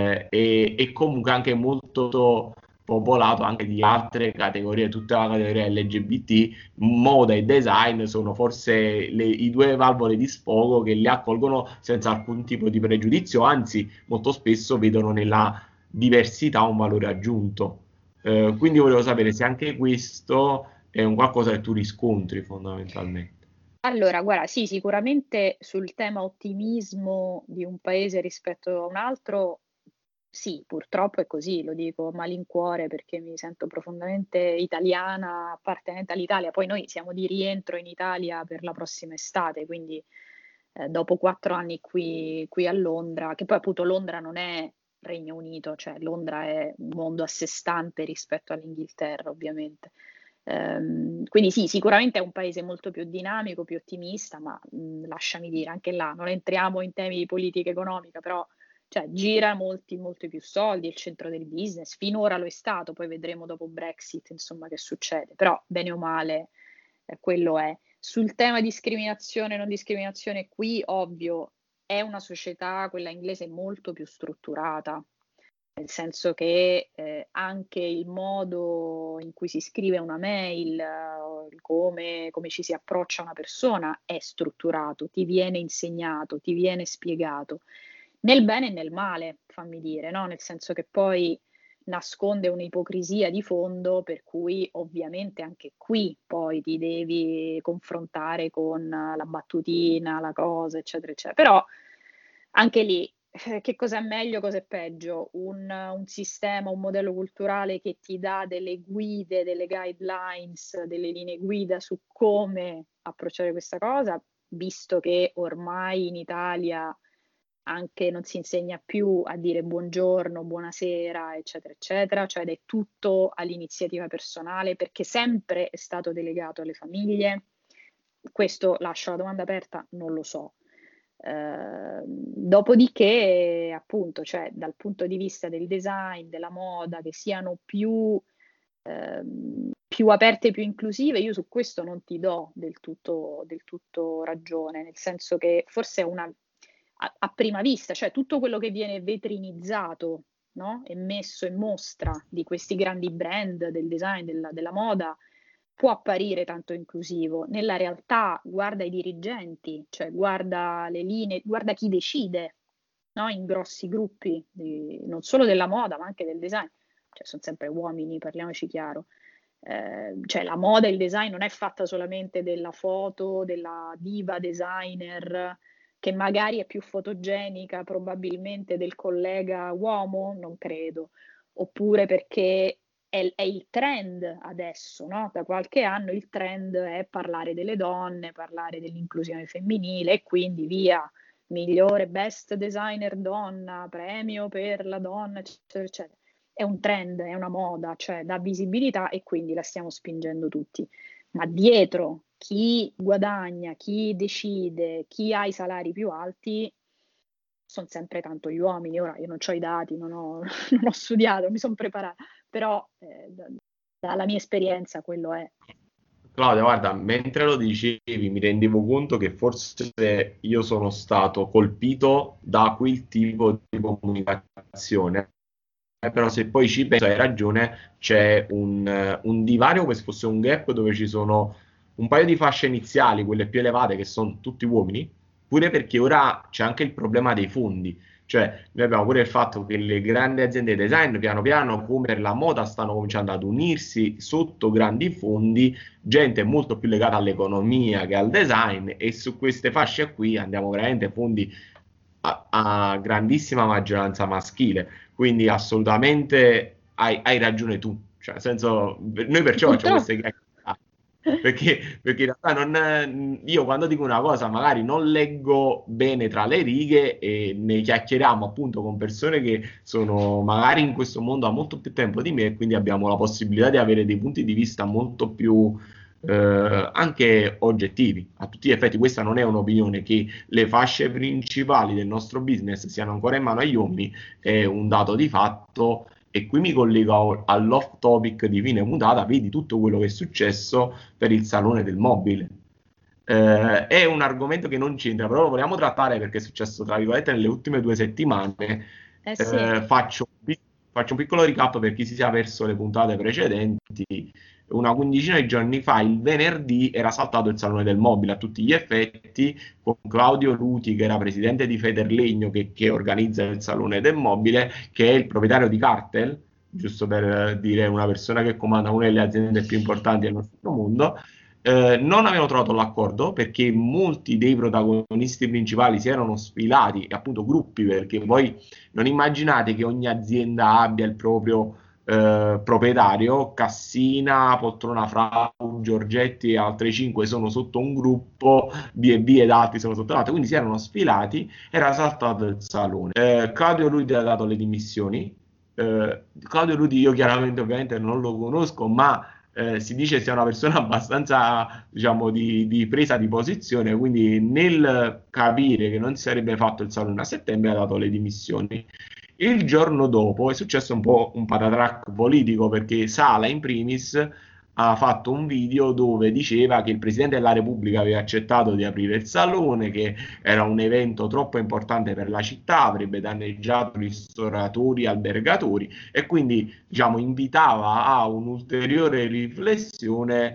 Speaker 1: e comunque anche molto popolato anche di altre categorie, tutta la categoria LGBT. Moda e design sono forse i due valvole di sfogo che le accolgono senza alcun tipo di pregiudizio, anzi molto spesso vedono nella diversità un valore aggiunto. Quindi volevo sapere se anche questo è un qualcosa che tu riscontri fondamentalmente.
Speaker 2: Allora, guarda, sì, sicuramente sul tema ottimismo di un paese rispetto a un altro, sì, purtroppo è così, lo dico a malincuore perché mi sento profondamente italiana, appartenente all'Italia. Poi noi siamo di rientro in Italia per la prossima estate, quindi dopo 4 anni qui a Londra, che poi appunto Londra non è Regno Unito, cioè Londra è un mondo a sé stante rispetto all'Inghilterra, ovviamente. Quindi sì, sicuramente è un paese molto più dinamico, più ottimista, ma lasciami dire, anche là non entriamo in temi di politica economica, però cioè, gira molti più soldi, è il centro del business, finora lo è stato, poi vedremo dopo Brexit, insomma, che succede, però bene o male quello è. Sul tema discriminazione e non discriminazione, qui ovvio è una società, quella inglese, molto più strutturata, nel senso che anche il modo in cui si scrive una mail, come ci si approccia a una persona è strutturato, ti viene insegnato, ti viene spiegato, nel bene e nel male, fammi dire, no? Nel senso che poi nasconde un'ipocrisia di fondo per cui ovviamente anche qui poi ti devi confrontare con la battutina, la cosa, eccetera, eccetera. Però anche lì che cosa è meglio, cosa è peggio? Un sistema, un modello culturale che ti dà delle guide, delle guidelines, delle linee guida su come approcciare questa cosa, visto che ormai in Italia anche non si insegna più a dire buongiorno, buonasera, eccetera, eccetera, cioè ed è tutto all'iniziativa personale perché sempre è stato delegato alle famiglie. Questo lascio la domanda aperta, non lo so. Dopodiché, appunto, cioè, dal punto di vista del design, della moda, che siano più aperte, più inclusive, io su questo non ti do del tutto ragione, nel senso che forse è a prima vista, cioè tutto quello che viene vetrinizzato, no? E messo in mostra di questi grandi brand del design, della moda, può apparire tanto inclusivo. Nella realtà guarda i dirigenti, cioè guarda le linee, guarda chi decide, no? In grossi gruppi, non solo della moda, ma anche del design. cioè sono sempre uomini, parliamoci chiaro. Cioè la moda e il design non è fatta solamente della foto, della diva designer, che magari è più fotogenica probabilmente del collega uomo, non credo, oppure perché è il trend adesso, no? Da qualche anno il trend è parlare delle donne, parlare dell'inclusione femminile e quindi via, migliore best designer donna, premio per la donna, eccetera, eccetera. È un trend, è una moda, cioè dà visibilità e quindi la stiamo spingendo tutti. Ma dietro chi guadagna, chi decide, chi ha i salari più alti, sono sempre tanto gli uomini. Ora io non ho i dati, non ho studiato, mi sono preparata, però dalla mia esperienza quello è.
Speaker 1: Claudia, guarda, mentre lo dicevi mi rendevo conto che forse io sono stato colpito da quel tipo di comunicazione. Però se poi ci penso, hai ragione, c'è un divario come se fosse un gap dove ci sono un paio di fasce iniziali, quelle più elevate, che sono tutti uomini, pure perché ora c'è anche il problema dei fondi. Cioè, noi abbiamo pure il fatto che le grandi aziende di design, piano piano, come per la moda, stanno cominciando ad unirsi sotto grandi fondi, gente molto più legata all'economia che al design, e su queste fasce qui andiamo veramente fondi a grandissima maggioranza maschile. Quindi assolutamente hai ragione tu. Cioè, nel senso, noi perciò facciamo
Speaker 2: Purtroppo.
Speaker 1: queste chiacchierate. Perché in realtà io quando dico una cosa magari non leggo bene tra le righe e ne chiacchieriamo appunto con persone che sono magari in questo mondo da molto più tempo di me e quindi abbiamo la possibilità di avere dei punti di vista molto più anche oggettivi. A tutti gli effetti questa non è un'opinione, che le fasce principali del nostro business siano ancora in mano agli uomini è un dato di fatto. E qui mi collego all'off topic di Fine Mutata, vedi tutto quello che è successo per il Salone del Mobile. È un argomento che non c'entra, però lo vogliamo trattare perché è successo, tra virgolette, nelle ultime 2 settimane.
Speaker 2: Eh sì.
Speaker 1: Faccio un piccolo recap per chi si sia perso le puntate precedenti. Una quindicina di giorni fa, il venerdì, era saltato il Salone del Mobile a tutti gli effetti, con Claudio Ruti, che era presidente di Federlegno, che organizza il Salone del Mobile, che è il proprietario di Cartel, giusto per dire una persona che comanda una delle aziende più importanti del nostro mondo. Non avevano trovato l'accordo perché molti dei protagonisti principali si erano sfilati, appunto gruppi, perché poi non immaginate che ogni azienda abbia il proprio proprietario. Cassina, Poltrona Frau, Giorgetti e altre 5 sono sotto un gruppo, B&B ed altri sono sotto l'altro, quindi si erano sfilati, era saltato il salone. Claudio Ludi ha dato le dimissioni. Claudio Ludi io chiaramente ovviamente non lo conosco, ma si dice sia una persona abbastanza, diciamo, di presa di posizione, quindi nel capire che non si sarebbe fatto il salone a settembre ha dato le dimissioni. Il giorno dopo è successo un po' un patatrack politico perché Sala in primis ha fatto un video dove diceva che il Presidente della Repubblica aveva accettato di aprire il salone, che era un evento troppo importante per la città, avrebbe danneggiato ristoratori e albergatori e quindi diciamo, invitava a un'ulteriore riflessione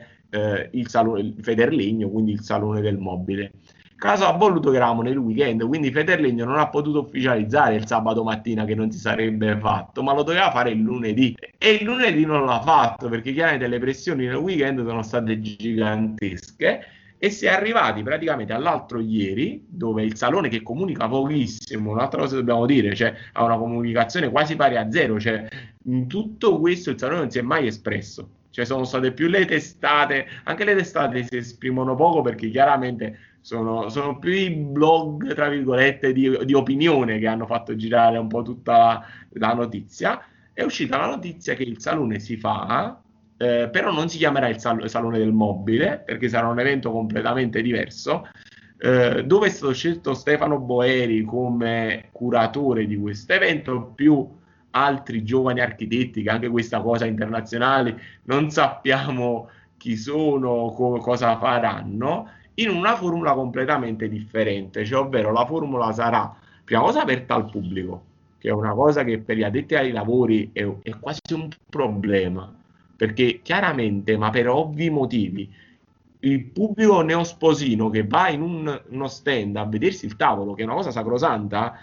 Speaker 1: il Federlegno, quindi il Salone del Mobile. Caso ha voluto che eravamo nel weekend, quindi Federlegno non ha potuto ufficializzare il sabato mattina che non si sarebbe fatto, ma lo doveva fare il lunedì. E il lunedì non l'ha fatto perché chiaramente le pressioni nel weekend sono state gigantesche e si è arrivati praticamente all'altro ieri, dove il salone che comunica pochissimo, un'altra cosa dobbiamo dire, cioè ha una comunicazione quasi pari a zero, cioè in tutto questo il salone non si è mai espresso. Cioè sono state più le testate, anche le testate si esprimono poco perché chiaramente sono più i blog, tra virgolette, di opinione che hanno fatto girare un po' tutta la notizia. È uscita la notizia che il salone si fa, però non si chiamerà il Salone del Mobile, perché sarà un evento completamente diverso, dove è stato scelto Stefano Boeri come curatore di questo evento, più altri giovani architetti, che anche questa cosa internazionale non sappiamo chi sono, cosa faranno, in una formula completamente differente, cioè ovvero la formula sarà prima cosa aperta al pubblico, che è una cosa che per gli addetti ai lavori è quasi un problema, perché chiaramente, ma per ovvi motivi, il pubblico neosposino che va in uno stand a vedersi il tavolo, che è una cosa sacrosanta,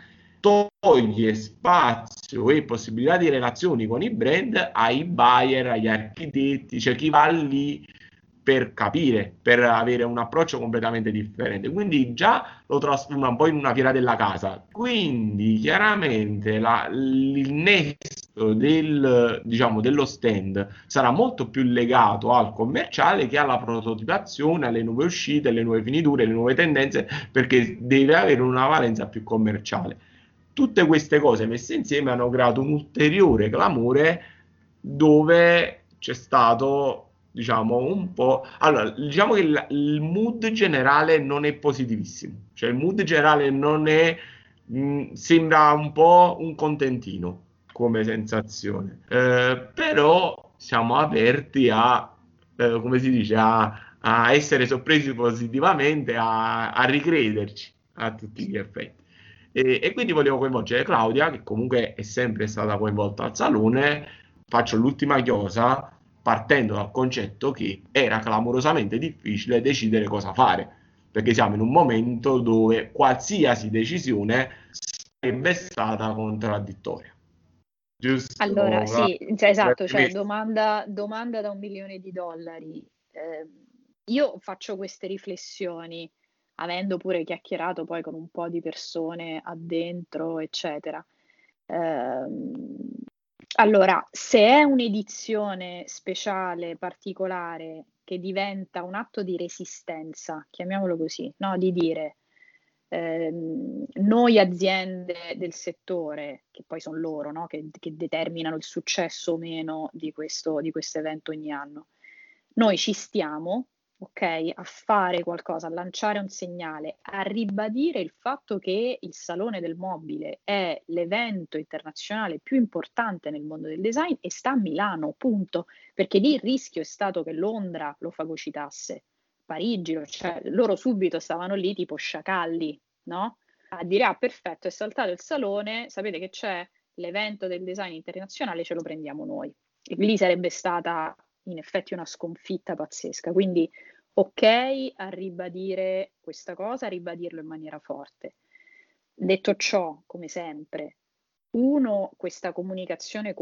Speaker 1: toglie spazio e possibilità di relazioni con i brand ai buyer, agli architetti, cioè chi va lì per capire, per avere un approccio completamente differente. Quindi già lo trasforma un po' in una fiera della casa. Quindi chiaramente il nesso diciamo, dello stand sarà molto più legato al commerciale che alla prototipazione, alle nuove uscite, alle nuove finiture, alle nuove tendenze, perché deve avere una valenza più commerciale. Tutte queste cose messe insieme hanno creato un ulteriore clamore dove c'è stato, diciamo, un po'. Allora, diciamo che il mood generale non è positivissimo, cioè il mood generale non è, sembra un po' un contentino come sensazione. Però siamo aperti a, come si dice, a essere sorpresi positivamente, a ricrederci a tutti gli effetti. E quindi volevo coinvolgere Claudia, che comunque è sempre stata coinvolta al salone. Faccio l'ultima chiosa partendo dal concetto che era clamorosamente difficile decidere cosa fare, perché siamo in un momento dove qualsiasi decisione sarebbe stata contraddittoria. Giusto?
Speaker 2: Allora, sì, cioè, esatto, cioè
Speaker 1: Premesso.
Speaker 2: domanda da $1 milione. Io faccio queste riflessioni, avendo pure chiacchierato poi con un po' di persone addentro, eccetera. Ehm, allora, se è un'edizione speciale, particolare, che diventa un atto di resistenza, chiamiamolo così, no? Di dire noi aziende del settore, che poi sono loro, no? Che determinano il successo o meno di questo evento ogni anno, noi ci stiamo, ok, a fare qualcosa, a lanciare un segnale, a ribadire il fatto che il Salone del Mobile è l'evento internazionale più importante nel mondo del design e sta a Milano, punto, perché lì il rischio è stato che Londra lo fagocitasse, Parigi, cioè loro subito stavano lì tipo sciacalli, no? A dire, ah perfetto, è saltato il salone, sapete che c'è l'evento del design internazionale, ce lo prendiamo noi. E lì sarebbe stata in effetti una sconfitta pazzesca. Quindi ok a ribadire questa cosa, a ribadirlo in maniera forte. Detto ciò, come sempre, uno, questa comunicazione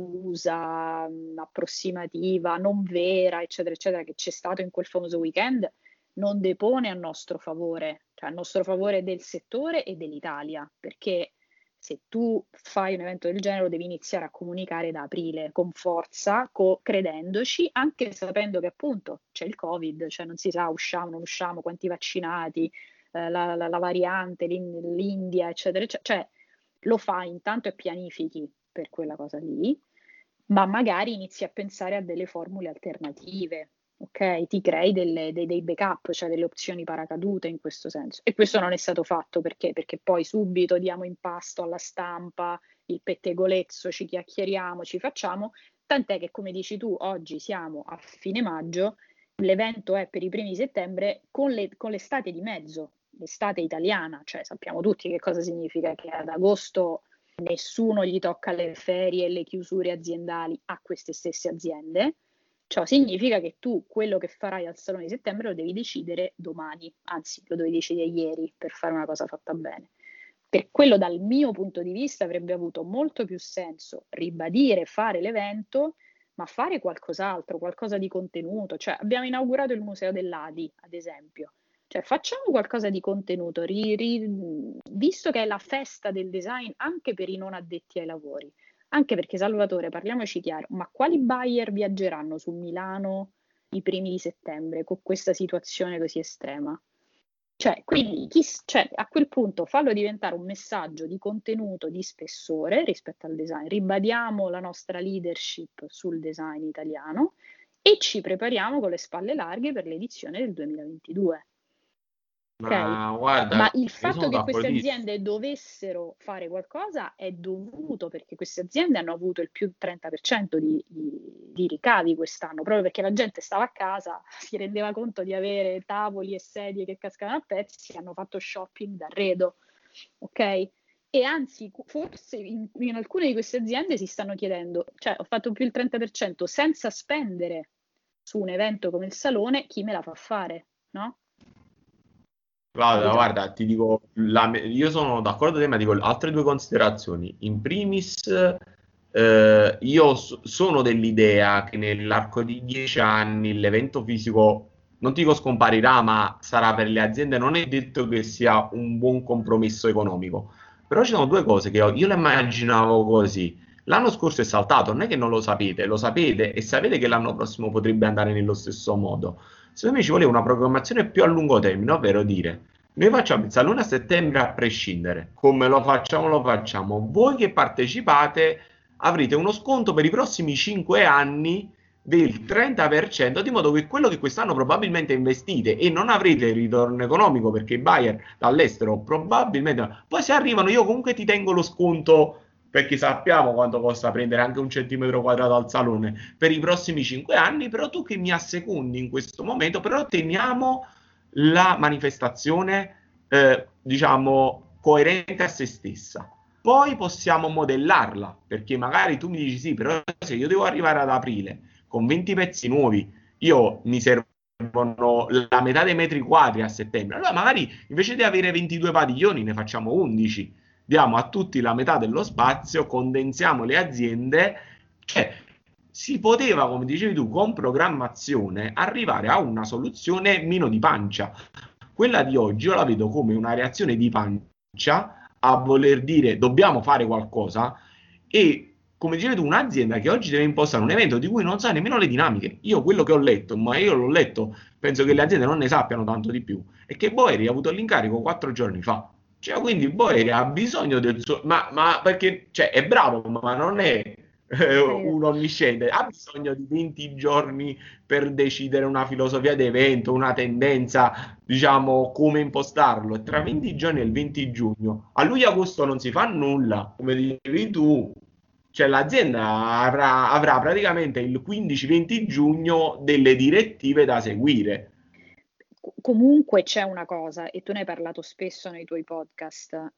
Speaker 2: confusa, approssimativa, non vera, eccetera, eccetera, che c'è stato in quel famoso weekend, non depone a nostro favore, cioè a nostro favore del settore e dell'Italia, perché se tu fai un evento del genere lo devi iniziare a comunicare da aprile con forza, credendoci, anche sapendo che appunto c'è il Covid, cioè non si sa usciamo, non usciamo, quanti vaccinati, la variante, l'India, eccetera, eccetera. Cioè lo fai intanto e pianifichi per quella cosa lì, ma magari inizi a pensare a delle formule alternative, ok? Ti crei dei backup, cioè delle opzioni paracadute in questo senso. E questo non è stato fatto perché poi subito diamo in pasto alla stampa il pettegolezzo, ci chiacchieriamo, ci facciamo, tant'è che come dici tu, oggi siamo a fine maggio, l'evento è per i primi di settembre con l'estate di mezzo, l'estate italiana, cioè sappiamo tutti che cosa significa che ad agosto nessuno gli tocca le ferie e le chiusure aziendali a queste stesse aziende. Ciò significa che tu quello che farai al Salone di Settembre lo devi decidere domani, anzi lo devi decidere ieri per fare una cosa fatta bene. Per quello dal mio punto di vista avrebbe avuto molto più senso ribadire, fare l'evento, ma fare qualcos'altro, qualcosa di contenuto. Cioè abbiamo inaugurato il Museo dell'Adi, ad esempio. Cioè facciamo qualcosa di contenuto, visto che è la festa del design anche per i non addetti ai lavori. Anche perché, Salvatore, parliamoci chiaro, ma quali buyer viaggeranno su Milano i primi di settembre con questa situazione così estrema? Cioè, quindi cioè, a quel punto fallo diventare un messaggio di contenuto, di spessore rispetto al design. Ribadiamo la nostra leadership sul design italiano e ci prepariamo con le spalle larghe per l'edizione del 2022. Ok?
Speaker 1: Ma guarda,
Speaker 2: Ma il
Speaker 1: io
Speaker 2: fatto
Speaker 1: sono
Speaker 2: che queste
Speaker 1: d'accordissimo.
Speaker 2: aziende dovessero fare qualcosa è dovuto perché queste aziende hanno avuto il più 30% di ricavi quest'anno, proprio perché la gente stava a casa, si rendeva conto di avere tavoli e sedie che cascavano a pezzi, hanno fatto shopping d'arredo, ok? E anzi, forse in alcune di queste aziende si stanno chiedendo, cioè ho fatto più il 30% senza spendere su un evento come il salone, chi me la fa fare, no?
Speaker 1: Claudia,
Speaker 2: Esatto.
Speaker 1: guarda, ti dico, io sono d'accordo con te, ma dico altre due considerazioni. In primis, io sono dell'idea che nell'arco di 10 anni l'evento fisico, non ti dico scomparirà, ma sarà per le aziende. Non è detto che sia un buon compromesso economico. Però ci sono due cose che io le immaginavo così. L'anno scorso è saltato, non è che non lo sapete e sapete che l'anno prossimo potrebbe andare nello stesso modo. Secondo me ci vuole una programmazione più a lungo termine, ovvero dire, noi facciamo il salone a settembre a prescindere, come lo facciamo, lo facciamo. Voi che partecipate avrete uno sconto per i prossimi 5 anni del 30%, di modo che quello che quest'anno probabilmente investite e non avrete il ritorno economico perché i buyer dall'estero probabilmente... Poi se arrivano io comunque ti tengo lo sconto perché sappiamo quanto costa prendere anche un centimetro quadrato al salone per i prossimi 5 anni, però tu che mi assecondi in questo momento, però teniamo la manifestazione, diciamo, coerente a se stessa. Poi possiamo modellarla, perché magari tu mi dici sì, però se io devo arrivare ad aprile con 20 pezzi nuovi, io mi servono la metà dei metri quadri a settembre. Allora magari invece di avere 22 padiglioni ne facciamo 11, diamo a tutti la metà dello spazio, condensiamo le aziende, cioè si poteva, come dicevi tu, con programmazione arrivare a una soluzione meno di pancia. Quella di oggi io la vedo come una reazione di pancia a voler dire dobbiamo fare qualcosa e come dicevi tu, un'azienda che oggi deve impostare un evento di cui non sa nemmeno le dinamiche. Io quello che ho letto, ma io l'ho letto, penso che le aziende non ne sappiano tanto di più, è che Boeri ha avuto l'incarico 4 giorni fa. Cioè, quindi Boeri ha bisogno del suo... Ma perché, cioè, è bravo, ma non è
Speaker 2: Per carità.
Speaker 1: un onnisciente. Ha bisogno di 20 giorni per decidere una filosofia di evento, una tendenza, diciamo, come impostarlo. E tra 20 giorni e il 20 giugno, a luglio e agosto non si fa nulla, come dicevi tu. Cioè l'azienda avrà praticamente il 15-20 giugno delle direttive da seguire.
Speaker 2: Comunque c'è una cosa, e tu ne hai parlato spesso nei tuoi podcast,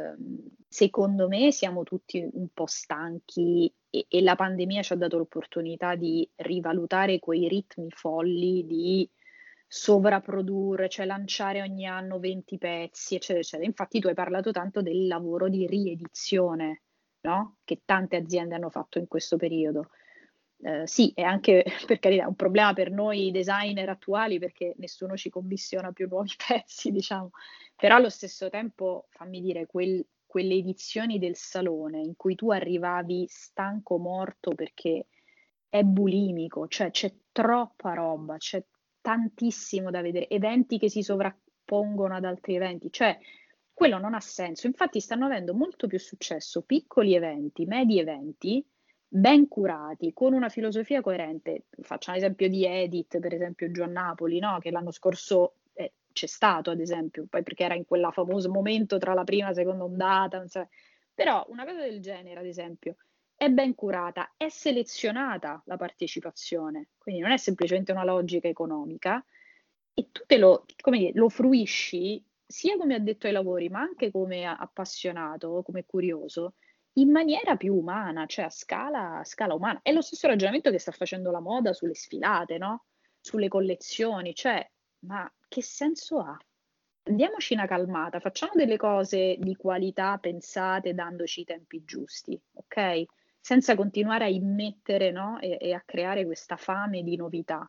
Speaker 2: secondo me siamo tutti un po' stanchi e la pandemia ci ha dato l'opportunità di rivalutare quei ritmi folli di sovrapprodurre, cioè lanciare ogni anno 20 pezzi, eccetera, eccetera. Infatti tu hai parlato tanto del lavoro di riedizione, no? Che tante aziende hanno fatto in questo periodo. Sì, è anche per carità un problema per noi designer attuali perché nessuno ci commissiona più nuovi pezzi, diciamo. Però allo stesso tempo, fammi dire, quelle edizioni del salone in cui tu arrivavi stanco morto perché è bulimico, cioè c'è troppa roba, c'è tantissimo da vedere, eventi che si sovrappongono ad altri eventi, cioè quello non ha senso. Infatti stanno avendo molto più successo piccoli eventi, medi eventi, ben curati, con una filosofia coerente. Faccio un esempio di Edit, per esempio giù a Napoli, no? Che l'anno scorso c'è stato, ad esempio, poi perché era in quella famoso momento tra la prima e la seconda ondata, non so. Però una cosa del genere, ad esempio, è ben curata, è selezionata la partecipazione, quindi non è semplicemente una logica economica, e tu come dire, lo fruisci sia come addetto ai lavori, ma anche come appassionato, come curioso, in maniera più umana, cioè a scala umana. È lo stesso ragionamento che sta facendo la moda sulle sfilate, no? Sulle collezioni, cioè, ma che senso ha? Diamoci una calmata, facciamo delle cose di qualità pensate, dandoci i tempi giusti, ok? Senza continuare a immettere, no? E a creare questa fame di novità.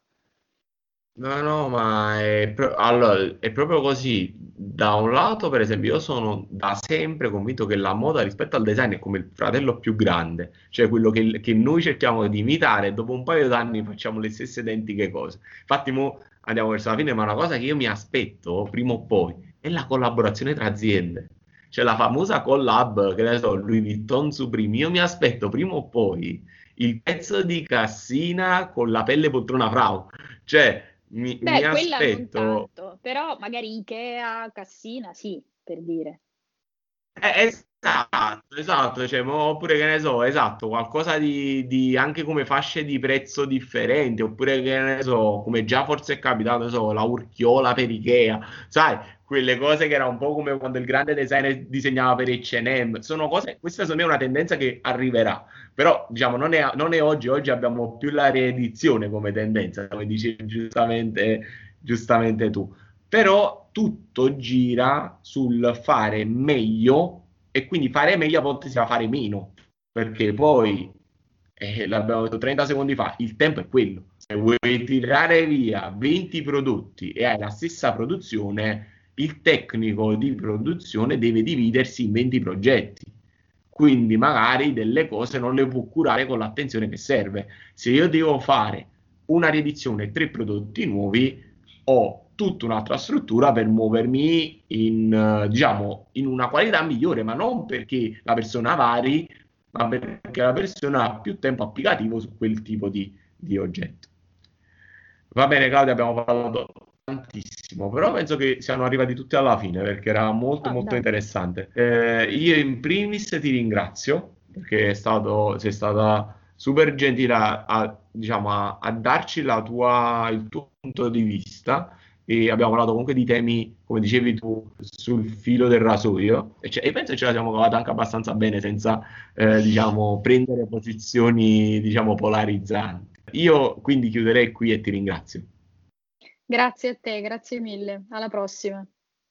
Speaker 1: No, no, ma allora, è proprio così. Da un lato, per esempio, io sono da sempre convinto che la moda rispetto al design è come il fratello più grande, cioè quello che noi cerchiamo di imitare e dopo un paio d'anni facciamo le stesse identiche cose. Infatti, mo andiamo verso la fine, ma una cosa che io mi aspetto prima o poi è la collaborazione tra aziende. Cioè la famosa collab, che ne so, Louis Vuitton Supreme, io mi aspetto prima o poi il pezzo di Cassina con la pelle poltrona Frau. Cioè, mi
Speaker 2: Beh, quella non
Speaker 1: aspetto.
Speaker 2: tanto, però magari Ikea, Cassina, sì, per dire.
Speaker 1: Esatto, esatto, cioè, oppure che ne so, esatto, qualcosa di anche come fasce di prezzo differenti, oppure che ne so, come già forse è capitato, ne so, la Urchiola per Ikea, sai, quelle cose che era un po' come quando il grande designer disegnava per H&M, sono cose, questa secondo me è una tendenza che arriverà, però diciamo non è oggi, oggi abbiamo più la riedizione come tendenza, come dici giustamente tu. Però tutto gira sul fare meglio e quindi fare meglio a volte si va a fare meno, perché poi, l'abbiamo detto 30 secondi fa, il tempo è quello. Se vuoi tirare via 20 prodotti e hai la stessa produzione, il tecnico di produzione deve dividersi in 20 progetti. Quindi magari delle cose non le può curare con l'attenzione che serve. Se io devo fare una riedizione e 3 prodotti nuovi, ho tutta un'altra struttura per muovermi in, diciamo, in una qualità migliore, ma non perché la persona vari, ma perché la persona ha più tempo applicativo su quel tipo di oggetto. Va bene, Claudia, abbiamo parlato tantissimo, però penso che siamo arrivati tutti alla fine perché era molto
Speaker 2: Ah,
Speaker 1: molto
Speaker 2: dai.
Speaker 1: interessante. Io in primis ti ringrazio perché sei stata super gentile diciamo, a darci il tuo punto di vista e abbiamo parlato comunque di temi, come dicevi tu, sul filo del rasoio e penso che ce la siamo cavata anche abbastanza bene senza, diciamo, prendere posizioni, diciamo, polarizzanti. Io quindi chiuderei qui e ti ringrazio.
Speaker 2: Grazie a te, grazie mille. Alla prossima.